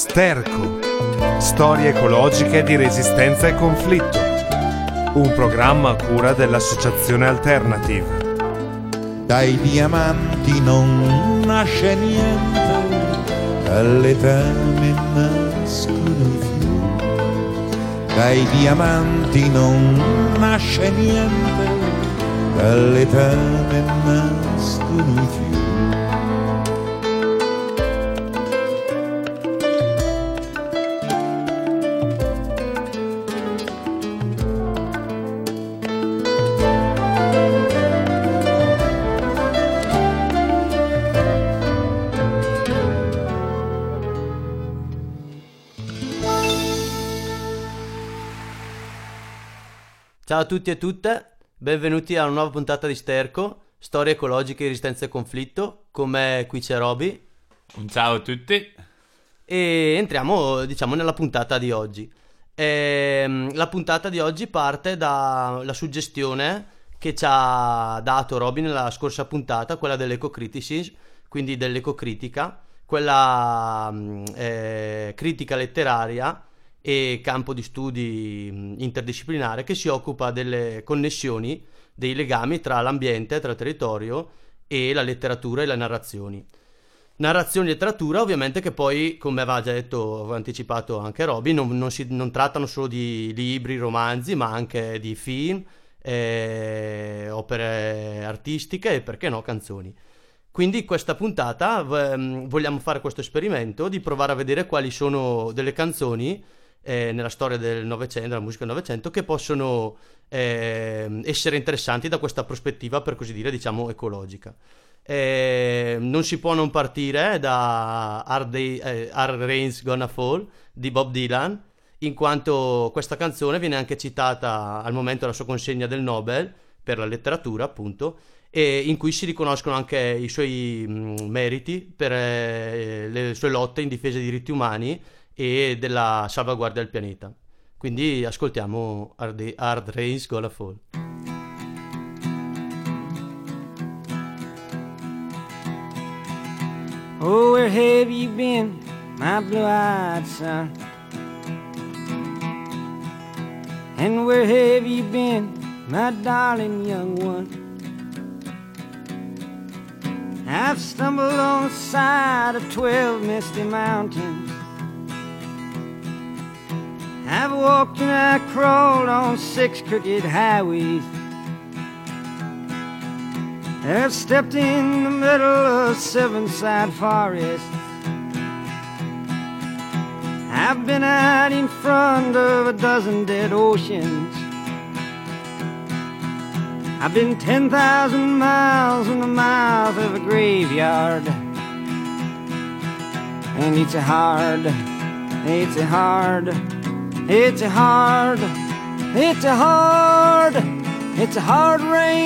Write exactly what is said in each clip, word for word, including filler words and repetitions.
Sterco, storie ecologiche di resistenza e conflitto, un programma a cura dell'Associazione Alternative. Dai diamanti non nasce niente, dalle tane nascono i fiori. Dai diamanti non nasce niente, dalle tane nascono i fiori. Ciao a tutti e tutte, benvenuti a una nuova puntata di Sterco, storie ecologiche di resistenza e conflitto. Con me qui c'è Roby. Un ciao a tutti. E entriamo, diciamo, nella puntata di oggi. Ehm, la puntata di oggi parte dalla suggestione che ci ha dato Roby nella scorsa puntata, quella dell'ecocriticis, quindi dell'ecocritica, quella eh, critica letteraria e campo di studi interdisciplinare che si occupa delle connessioni, dei legami tra l'ambiente, tra il territorio e la letteratura e le narrazioni. Narrazioni e letteratura ovviamente che poi, come aveva già detto, aveva anticipato anche Roby, non, non, si, non trattano solo di libri, romanzi, ma anche di film, eh, opere artistiche e perché no canzoni. Quindi questa puntata v- vogliamo fare questo esperimento di provare a vedere quali sono delle canzoni Eh, nella storia del Novecento, della musica del Novecento, che possono eh, essere interessanti da questa prospettiva, per così dire, diciamo ecologica. Eh, non si può non partire da Hard, Day, eh, Hard Rain's Gonna Fall di Bob Dylan, in quanto questa canzone viene anche citata al momento della sua consegna del Nobel per la letteratura, appunto, e in cui si riconoscono anche i suoi mh, meriti per eh, le sue lotte in difesa dei diritti umani e della salvaguardia del pianeta. Quindi ascoltiamo Hard, Hard Rain's Gonna Fall. Oh, where have you been, my blue-eyed son? And where have you been, my darling young one? I've stumbled on the side of twelve misty mountains. I've walked and I crawled on six crooked highways. I've stepped in the middle of seven side forests. I've been out in front of a dozen dead oceans. I've been ten thousand miles in the mouth of a graveyard. And it's a hard, it's a hard, it's a hard, it's a hard, it's a hard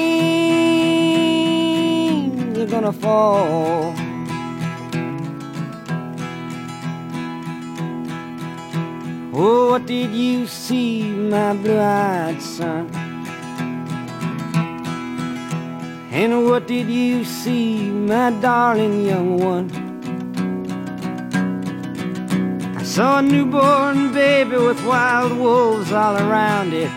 rain you're gonna fall. Oh, what did you see, my blue-eyed son? And what did you see, my darling young one? I saw a newborn baby with wild wolves all around it.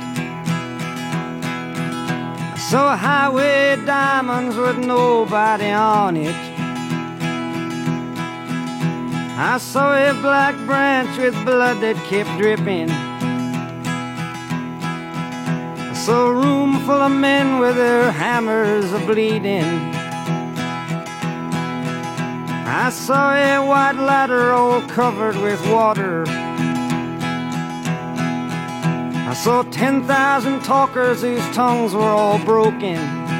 I saw a highway of diamonds with nobody on it. I saw a black branch with blood that kept dripping. I saw a room full of men with their hammers a-bleeding. I saw a white ladder all covered with water. I saw ten thousand talkers whose tongues were all broken.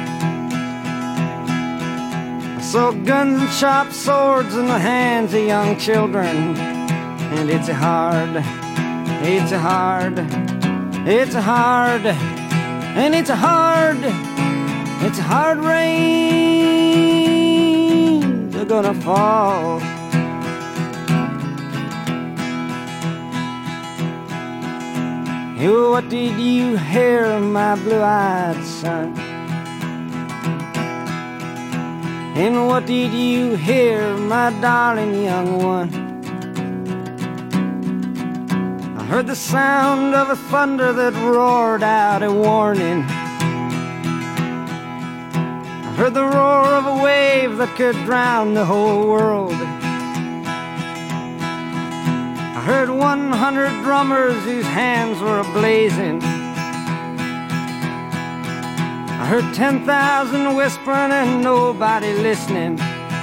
I saw guns and sharp swords in the hands of young children. And it's a hard, it's a hard, it's a hard, and it's a hard, it's a hard rain they're gonna fall. Oh, what did you hear, my blue-eyed son? And what did you hear, my darling young one? heard the sound of a thunder that roared out a warning. I heard the roar of a wave that could drown the whole world. I heard one hundred drummers whose hands were ablazing. I heard ten thousand whispering and nobody listening.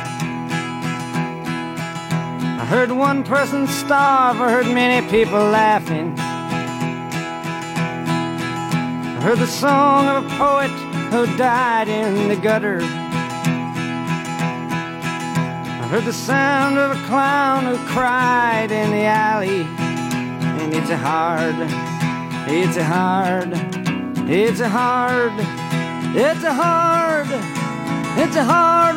I heard one person starve, I heard many people laughing. I heard the song of a poet who died in the gutter. I heard the sound of a clown who cried in the alley. And it's a hard, it's a hard, it's a hard, it's a hard, it's a hard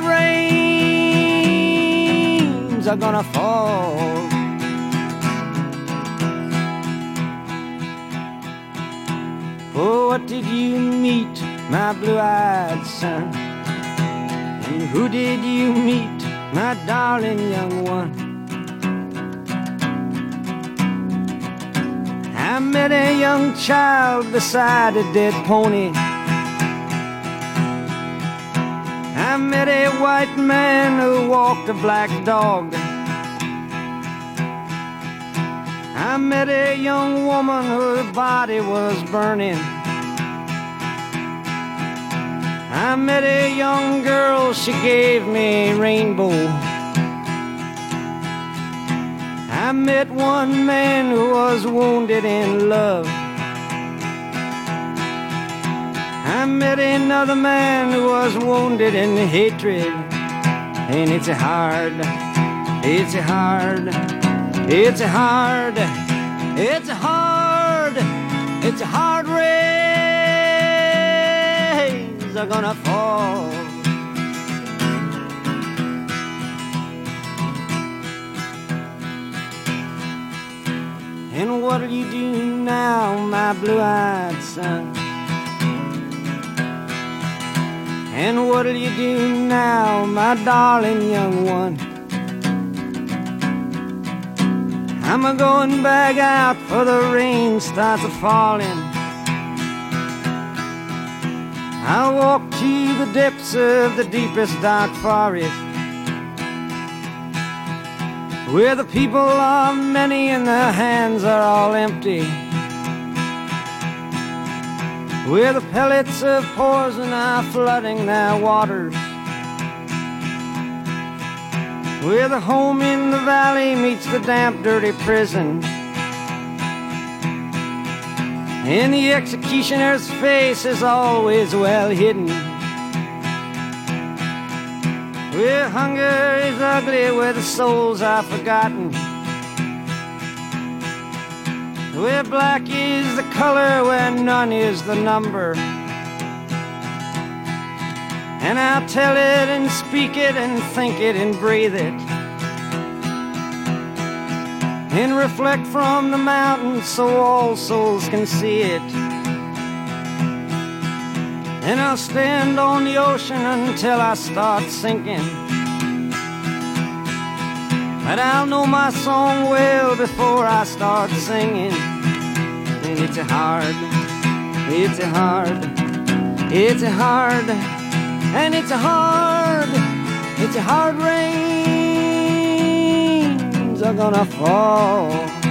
rains are gonna fall. Oh, what did you meet, my blue-eyed son? And who did you meet, my darling young one? I met a young child beside a dead pony. I met a white man who walked a black dog. I met a young woman whose body was burning. I met a young girl, she gave me a rainbow. I met one man who was wounded in love. I met another man who was wounded in hatred. And it's a hard, it's a hard, it's a hard, it's a hard, it's a hard rains are gonna fall. And what'll you do now, my blue-eyed son? And what'll you do now, my darling young one? I'm a-going back out for the rain starts a-falling. I'll walk to the depths of the deepest dark forest, where the people are many and their hands are all empty, where the pellets of poison are flooding their waters, where the home in the valley meets the damp, dirty prison, and the executioner's face is always well hidden, where hunger is ugly, where the souls are forgotten, where black is the color, where none is the number. And I'll tell it and speak it and think it and breathe it, and reflect from the mountains so all souls can see it. And I'll stand on the ocean until I start sinking, but I'll know my song well before I start singing. And it's a hard, it's a hard, it's a hard, and it's a hard, it's a hard rains are gonna fall.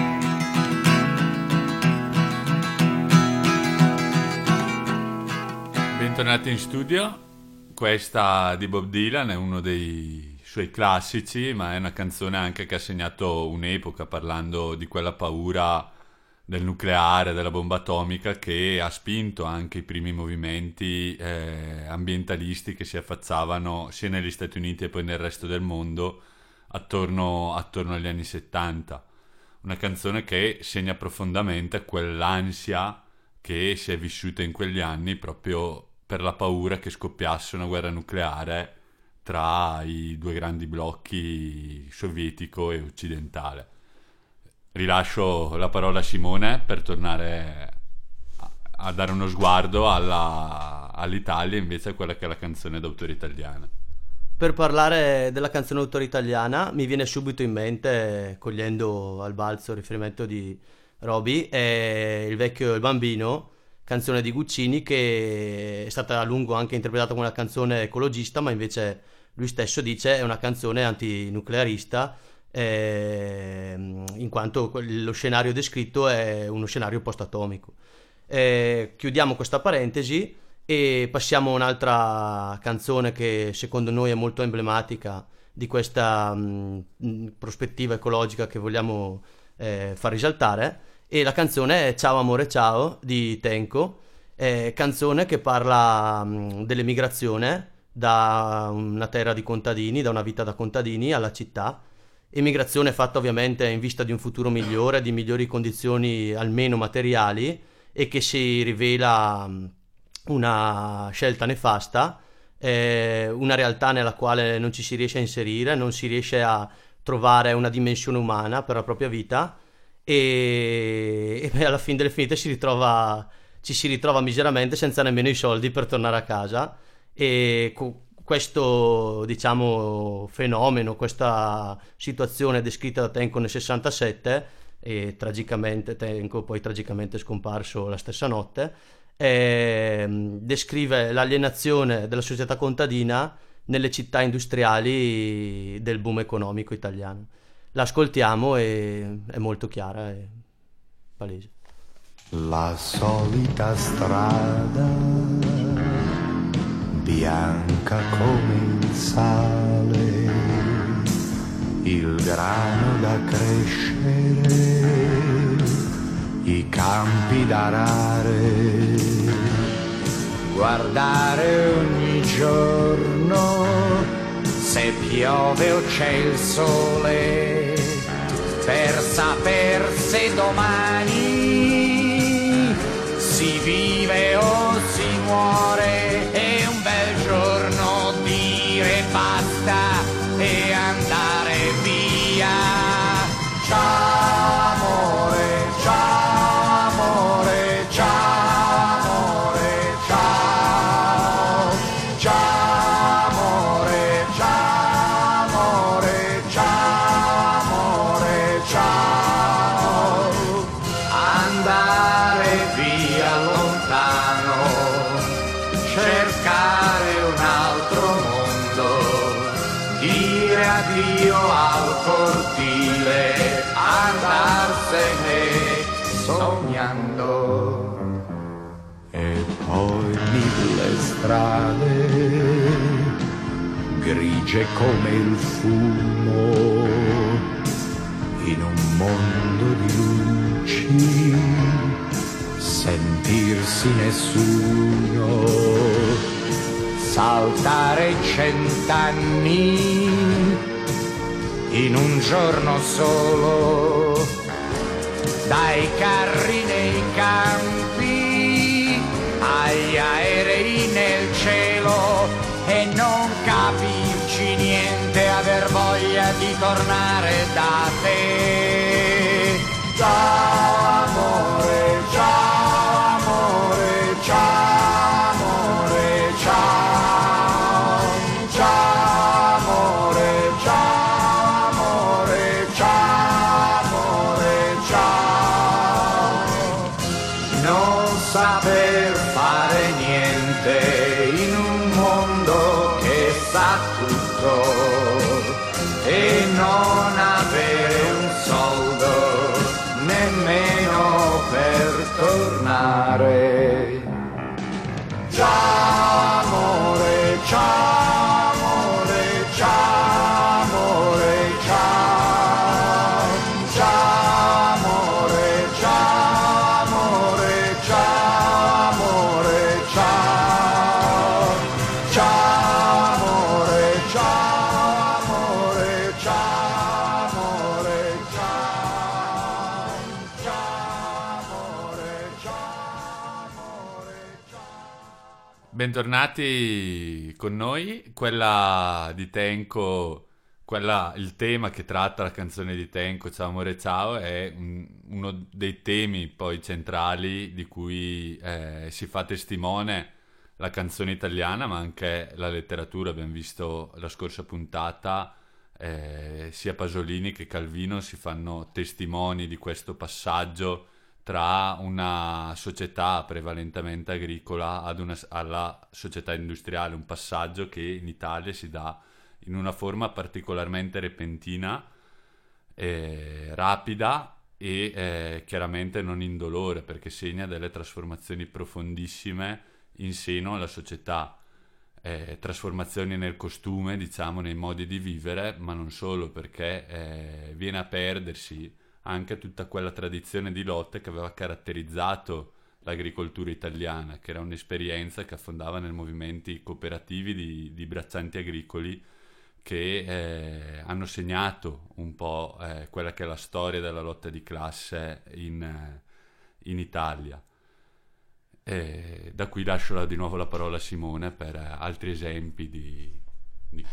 Bentornati in studio. Questa di Bob Dylan è uno dei suoi classici, ma è una canzone anche che ha segnato un'epoca, parlando di quella paura del nucleare, della bomba atomica, che ha spinto anche i primi movimenti eh, ambientalisti che si affacciavano sia negli Stati Uniti e poi nel resto del mondo attorno, attorno agli anni settanta. Una canzone che segna profondamente quell'ansia che si è vissuta in quegli anni proprio per la paura che scoppiasse una guerra nucleare tra i due grandi blocchi sovietico e occidentale. Rilascio la parola a Simone per tornare a, a dare uno sguardo alla, all'Italia, invece a quella che è la canzone d'autore italiana. Per parlare della canzone d'autore italiana mi viene subito in mente, cogliendo al balzo il riferimento di Roby, è Il vecchio e il bambino, canzone di Guccini, che è stata a lungo anche interpretata come una canzone ecologista, ma invece lui stesso dice è una canzone antinuclearista, ehm, in quanto quel- lo scenario descritto è uno scenario post-atomico. Eh, chiudiamo questa parentesi e passiamo a un'altra canzone che secondo noi è molto emblematica di questa mh, mh, prospettiva ecologica che vogliamo eh, far risaltare, e la canzone è Ciao amore ciao di Tenco, eh, canzone che parla mh, dell'emigrazione da una terra di contadini, da una vita da contadini alla città. Emigrazione fatta ovviamente in vista di un futuro migliore, di migliori condizioni almeno materiali, e che si rivela mh, una scelta nefasta, eh, una realtà nella quale non ci si riesce a inserire, non si riesce a trovare una dimensione umana per la propria vita, e, e beh, alla fine delle finite si ritrova, ci si ritrova miseramente senza nemmeno i soldi per tornare a casa. E co- questo, diciamo, fenomeno, questa situazione descritta da Tenco nel sessantasette, e tragicamente Tenco poi tragicamente scomparso la stessa notte, ehm, descrive l'alienazione della società contadina nelle città industriali del boom economico italiano. L'ascoltiamo e è molto chiara e palese. La solita strada, bianca come il sale, il grano da crescere, i campi da arare, guardare ogni giorno se piove o c'è il sole, per saper se domani si vive o si muore. È un bel giorno dire basta e andare via. Ciao amore, ciao amore, ciao amore, ciao. Ciao amore, ciao amore, ciao amore, ciao. Andare via lontano, cercare un altro mondo, dire addio al cortile, andarsene sognando. E poi mille strade, grigie come il fumo, in un mondo di luci, sentirsi nessuno, saltare cent'anni in un giorno solo, dai carri nei campi agli aerei nel cielo, e non capirci niente, aver voglia di tornare da te. Ciao amore, ciao amore, ciao amore, ciao. Ciao amore, ciao amore, ciao amore, ciao. Non saper fare niente in un mondo che sa tutto, e non avere un soldo nemmeno per tornare. Ciao amore, ciao amore, ciao amore, ciao. Ciao amore, ciao amore, ciao amore, ciao. Ciao amore, ciao amore, ciao amore, ciao. Ciao amore, ciao amore, ciao. Bentornati con noi. Quella di Tenco, quella, il tema che tratta la canzone di Tenco, Ciao amore ciao, è un- uno dei temi poi centrali di cui eh, si fa testimone la canzone italiana, ma anche la letteratura. Abbiamo visto la scorsa puntata eh, sia Pasolini che Calvino si fanno testimoni di questo passaggio tra una società prevalentemente agricola ad una, alla società industriale, un passaggio che in Italia si dà in una forma particolarmente repentina, eh, rapida e eh, chiaramente non indolore, perché segna delle trasformazioni profondissime in seno alla società, eh, trasformazioni nel costume, diciamo, nei modi di vivere, ma non solo, perché eh, viene a perdersi anche tutta quella tradizione di lotte che aveva caratterizzato l'agricoltura italiana, che era un'esperienza che affondava nei movimenti cooperativi di, di braccianti agricoli che eh, hanno segnato un po' eh, quella che è la storia della lotta di classe in, eh, in Italia. E da qui lascio la, di nuovo la parola a Simone per eh, altri esempi di... di...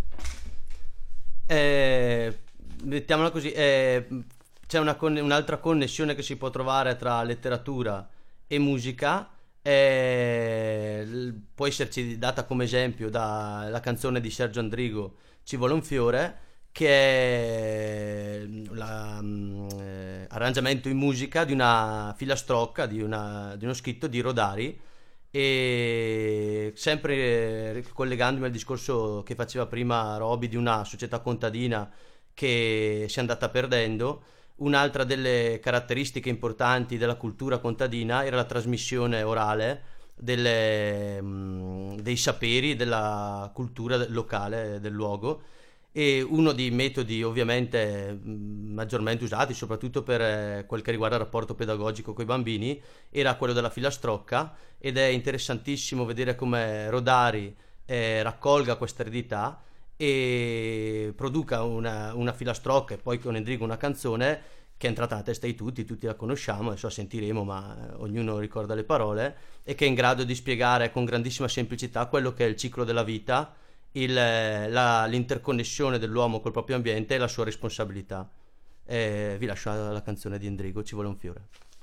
Eh, mettiamola così, eh, c'è una conne- un'altra connessione che si può trovare tra letteratura e musica. Eh, può esserci data come esempio dalla canzone di Sergio Endrigo Ci vuole un fiore, che è l'arrangiamento in musica di una filastrocca di, una, di uno scritto di Rodari. E sempre collegandomi al discorso che faceva prima Roby di una società contadina che si è andata perdendo, un'altra delle caratteristiche importanti della cultura contadina era la trasmissione orale delle, mh, dei saperi della cultura locale del luogo, e uno dei metodi ovviamente mh, maggiormente usati soprattutto per eh, quel che riguarda il rapporto pedagogico con i bambini era quello della filastrocca, ed è interessantissimo vedere come Rodari eh, raccolga questa eredità e produca una, una filastrocca e poi con Endrigo una canzone che è entrata nella testa di tutti, tutti la conosciamo, adesso la sentiremo, ma ognuno ricorda le parole, e che è in grado di spiegare con grandissima semplicità quello che è il ciclo della vita, il, la, l'interconnessione dell'uomo col proprio ambiente e la sua responsabilità. E vi lascio la, la canzone di Endrigo, Ci vuole un fiore.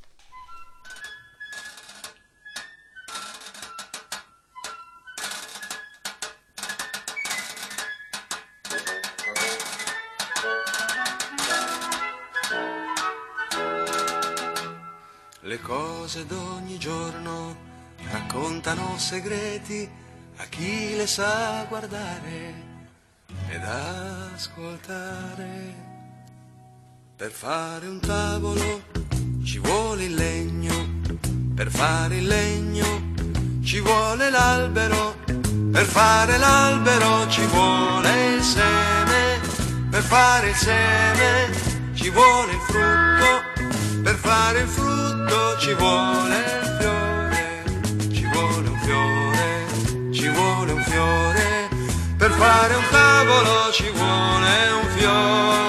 Le cose d'ogni giorno raccontano segreti a chi le sa guardare ed ascoltare. Per fare un tavolo ci vuole il legno, per fare il legno ci vuole l'albero, per fare l'albero ci vuole il seme, per fare il seme ci vuole il frutto, per fare il frutto ci vuole il fiore, ci vuole un fiore, ci vuole un fiore, per fare un tavolo ci vuole un fiore.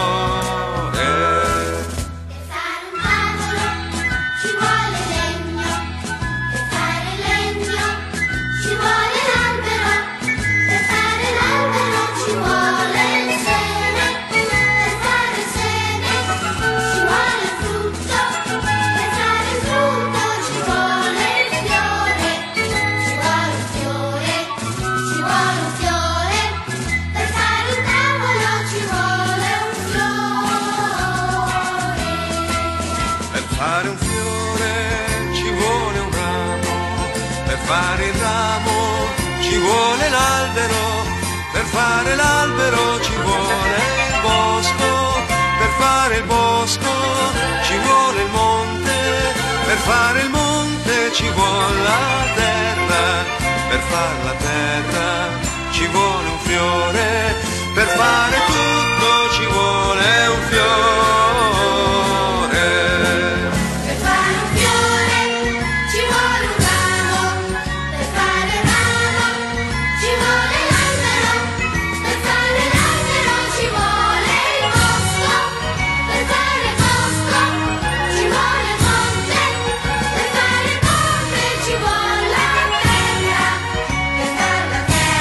Fare il ramo ci vuole l'albero, per fare l'albero ci vuole il bosco, per fare il bosco ci vuole il monte, per fare il monte ci vuole la terra, per fare la terra ci vuole un fiore, per fare tutto ci vuole un fiore.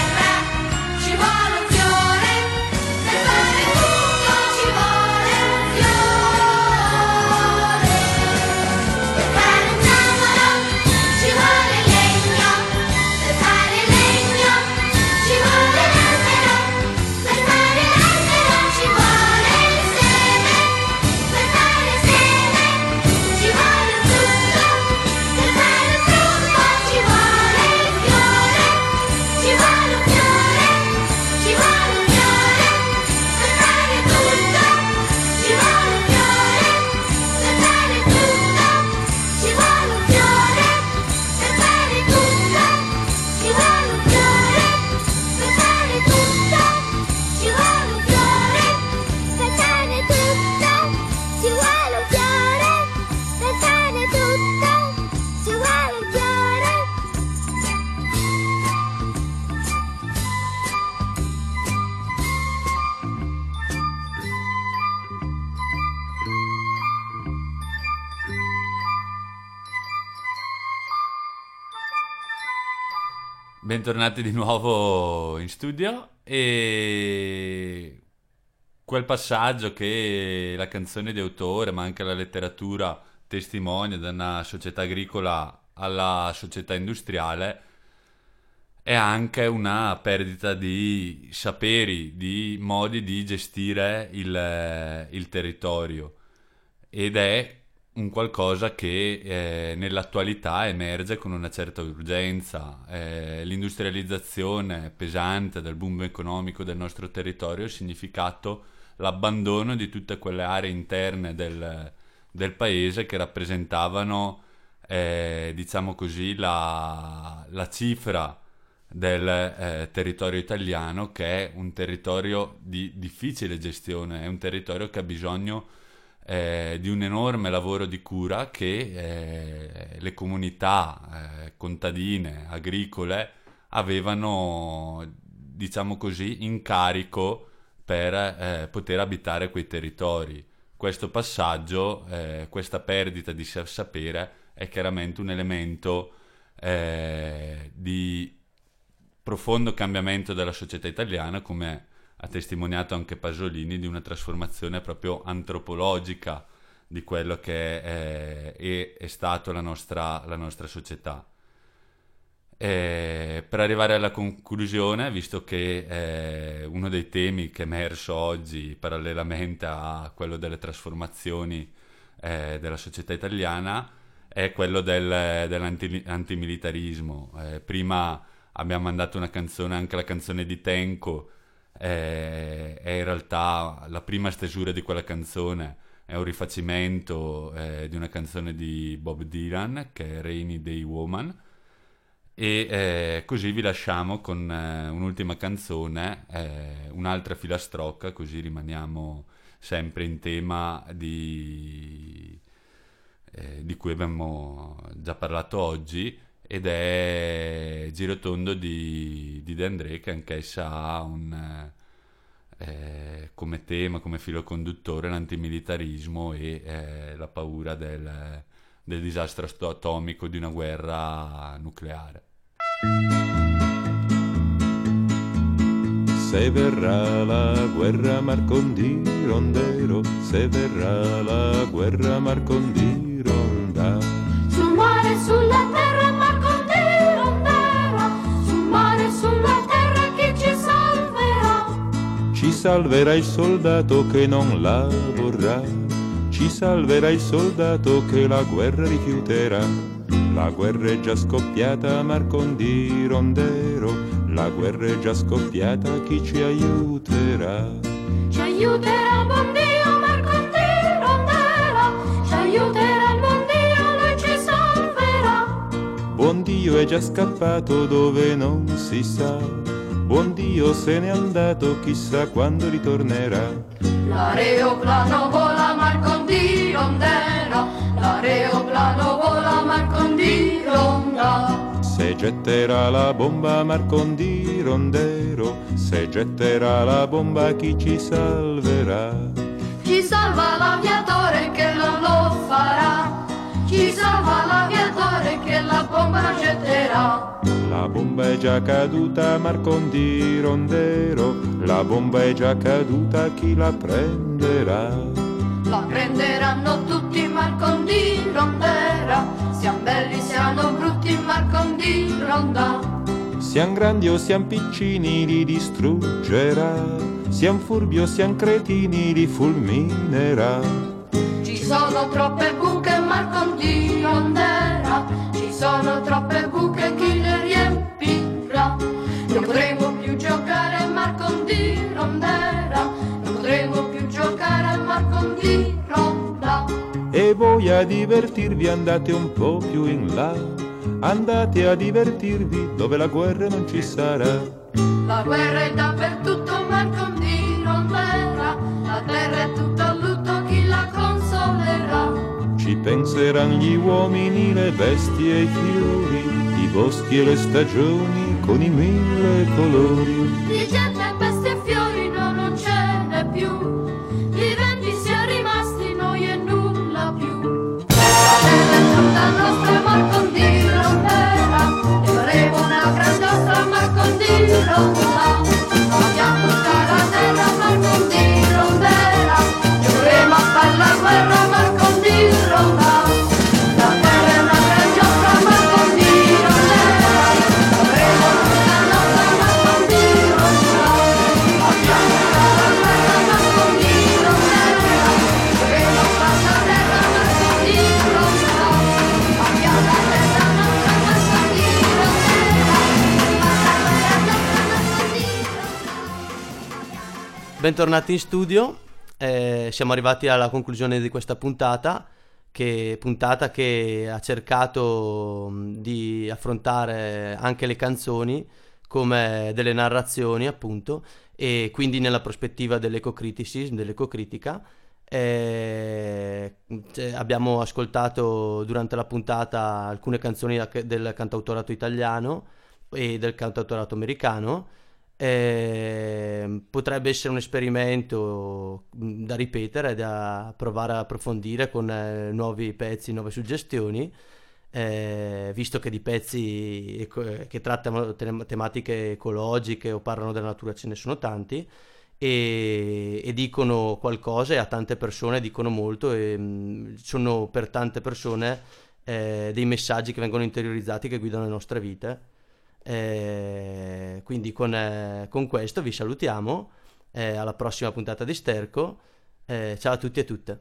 Ci vuole un fiore, per fare tutto ci vuole un Bentornati di nuovo in studio e quel passaggio che la canzone di autore ma anche la letteratura testimonia da una società agricola alla società industriale è anche una perdita di saperi, di modi di gestire il, il territorio ed è un qualcosa che eh, nell'attualità emerge con una certa urgenza. Eh, l'industrializzazione pesante del boom economico del nostro territorio ha significato l'abbandono di tutte quelle aree interne del, del paese che rappresentavano, eh, diciamo così, la, la cifra del eh, territorio italiano, che è un territorio di difficile gestione, è un territorio che ha bisogno Eh, di un enorme lavoro di cura che eh, le comunità eh, contadine, agricole avevano, diciamo così, in carico per eh, poter abitare quei territori. Questo passaggio, eh, questa perdita di sapere è chiaramente un elemento eh, di profondo cambiamento della società italiana, come ha testimoniato anche Pasolini, di una trasformazione proprio antropologica di quello che è, è, è stato la nostra, la nostra società. E per arrivare alla conclusione, visto che è uno dei temi che è emerso oggi parallelamente a quello delle trasformazioni eh, della società italiana, è quello del, dell'antimilitarismo. Eh, prima abbiamo mandato una canzone, anche la canzone di Tenco, è, è in realtà la prima stesura di quella canzone, è un rifacimento eh, di una canzone di Bob Dylan che è Rainy Day Woman, e eh, così vi lasciamo con eh, un'ultima canzone, eh, un'altra filastrocca, così rimaniamo sempre in tema di, eh, di cui abbiamo già parlato oggi, ed è Girotondo di, di De André, che anch'essa ha un, eh, come tema, come filo conduttore l'antimilitarismo e eh, la paura del, del disastro atomico di una guerra nucleare. Se verrà la guerra Marcondi rondero, se verrà la guerra Marcondi ronda. Sul mare, sulla terra, Marcondi rondera, sul mare, sulla terra chi ci salverà? Ci salverà il soldato che non la vorrà, ci salverà il soldato che la guerra rifiuterà. La guerra è già scoppiata, Marcondi rondero, la guerra è già scoppiata, chi ci aiuterà? Ci aiuterà il buon Dio, Marcondi rondera, ci aiuterà il buon Dio, lui ci salverà. Buon Dio è già scappato dove non si sa, buon Dio se n'è andato, chissà quando ritornerà. L'aeroplano vola, Marcondi rondera, l'aeroplano vola, Marcondi ronda. Se getterà la bomba Marcondi rondero, se getterà la bomba chi ci salverà? Ci salva l'aviatore che non lo farà, ci salva l'aviatore che la bomba getterà. La bomba è già caduta Marcondi rondero, la bomba è già caduta, chi la prenderà? La prenderanno tutti Marcondi rondera, siamo belli, siamo brutti Marcondi ronda. Siam grandi o siam piccini li distruggerà, siam furbi o siam cretini li fulminerà. Ci sono troppe buche Marcondi rondera, ci sono troppe buche chi le riempirà. Non potremo più giocare a Marcondi rondera, non potremo più giocare a Marcondi ronda. E voi a divertirvi andate un po' più in là, andate a divertirvi dove la guerra non ci sarà. La guerra è dappertutto Marcondi rondera, la terra è tutta a lutto, chi la consolerà? Ci penseranno gli uomini, le bestie e i fiori, i boschi e le stagioni con i mille colori. Di gente, bestie e fiori no, non ce n'è più, viventi siamo rimasti noi e nulla più. La terra è tutta nostra Marcondi rondera, e faremo una grande Bentornati in studio, eh, siamo arrivati alla conclusione di questa puntata, che, puntata che ha cercato mh, di affrontare anche le canzoni come delle narrazioni, appunto, e quindi nella prospettiva dell'ecocriticism, dell'ecocritica. Eh, cioè, abbiamo ascoltato durante la puntata alcune canzoni da- del cantautorato italiano e del cantautorato americano. Eh, potrebbe essere un esperimento mh, da ripetere, da provare a approfondire con eh, nuovi pezzi, nuove suggestioni, eh, visto che di pezzi eco- eh, che trattano te- tematiche ecologiche o parlano della natura ce ne sono tanti e, e dicono qualcosa, e a tante persone dicono molto, e mh, sono per tante persone eh, dei messaggi che vengono interiorizzati, che guidano le nostre vite. Eh, quindi con, eh, con questo vi salutiamo, eh, alla prossima puntata di Sterco. Eh, ciao a tutti e tutte.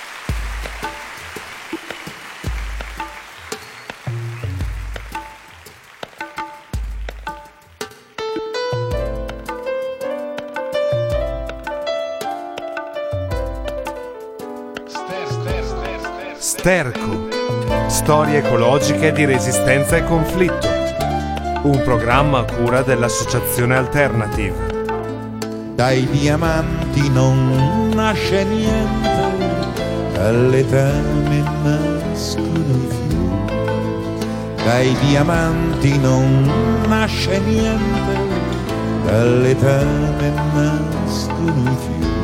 Sterco, storie ecologiche di resistenza e conflitto. Un programma a cura dell'Associazione Alternative. Dai diamanti non nasce niente, dalle tane nascono i fiori. Dai diamanti non nasce niente, dalle tane nascono i fiori.